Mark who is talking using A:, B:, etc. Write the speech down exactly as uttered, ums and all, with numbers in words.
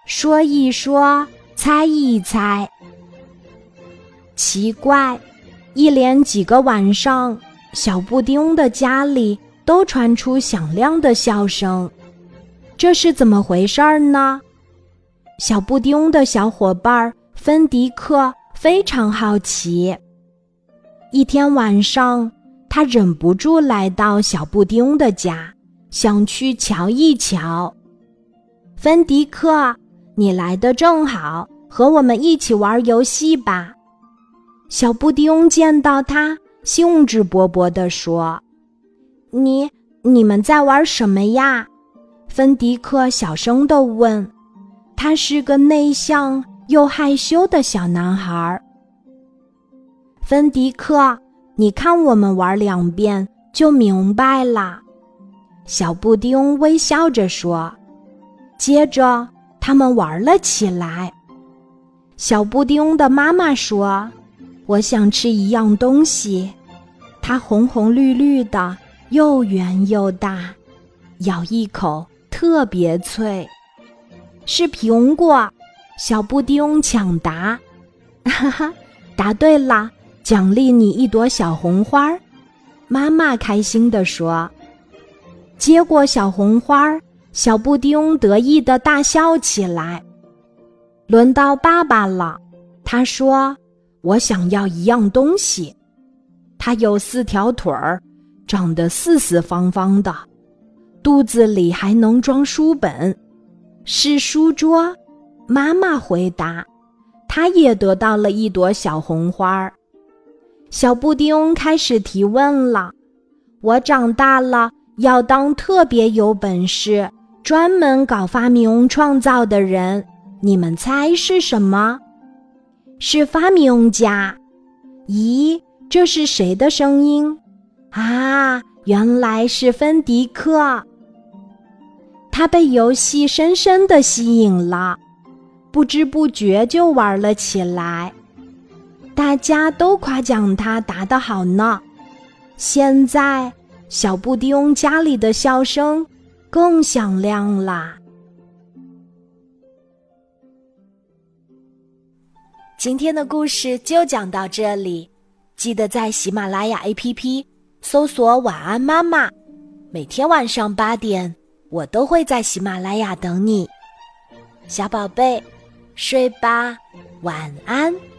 A: 说一说，猜一猜。奇怪，一连几个晚上，小布丁翁的家里都传出响亮的笑声，这是怎么回事呢？小布丁翁的小伙伴芬迪克非常好奇。一天晚上，他忍不住来到小布丁翁的家，想去瞧一瞧。芬迪克，你来得正好，和我们一起玩游戏吧。小布丁翁见到他，兴致勃勃地说：你你们在玩什么呀？芬迪克小声地问。他是个内向又害羞的小男孩。芬迪克，你看我们玩两遍就明白了。小布丁翁微笑着说。接着他们玩了起来。小布丁翁的妈妈说：我想吃一样东西，它红红绿绿的，又圆又大，咬一口特别脆。是苹果，小布丁翁抢答。哈哈，答对了，奖励你一朵小红花，妈妈开心地说。接过小红花，小布丁翁得意地大笑起来。轮到爸爸了，他说：我想要一样东西，它有四条腿儿，长得四四方方的，肚子里还能装书本。是书桌，妈妈回答。她也得到了一朵小红花。小布丁翁开始提问了：我长大了要当特别有本事，专门搞发明创造的人，你们猜是什么？是发明家。咦，这是谁的声音？啊，原来是芬迪克。他被游戏深深地吸引了，不知不觉就玩了起来。大家都夸奖他答得好呢。现在，小布丁翁家里的笑声更响亮啦。今天的故事就讲到这里，记得在喜马拉雅 A P P 搜索晚安妈妈，每天晚上八点，我都会在喜马拉雅等你。小宝贝，睡吧，晚安。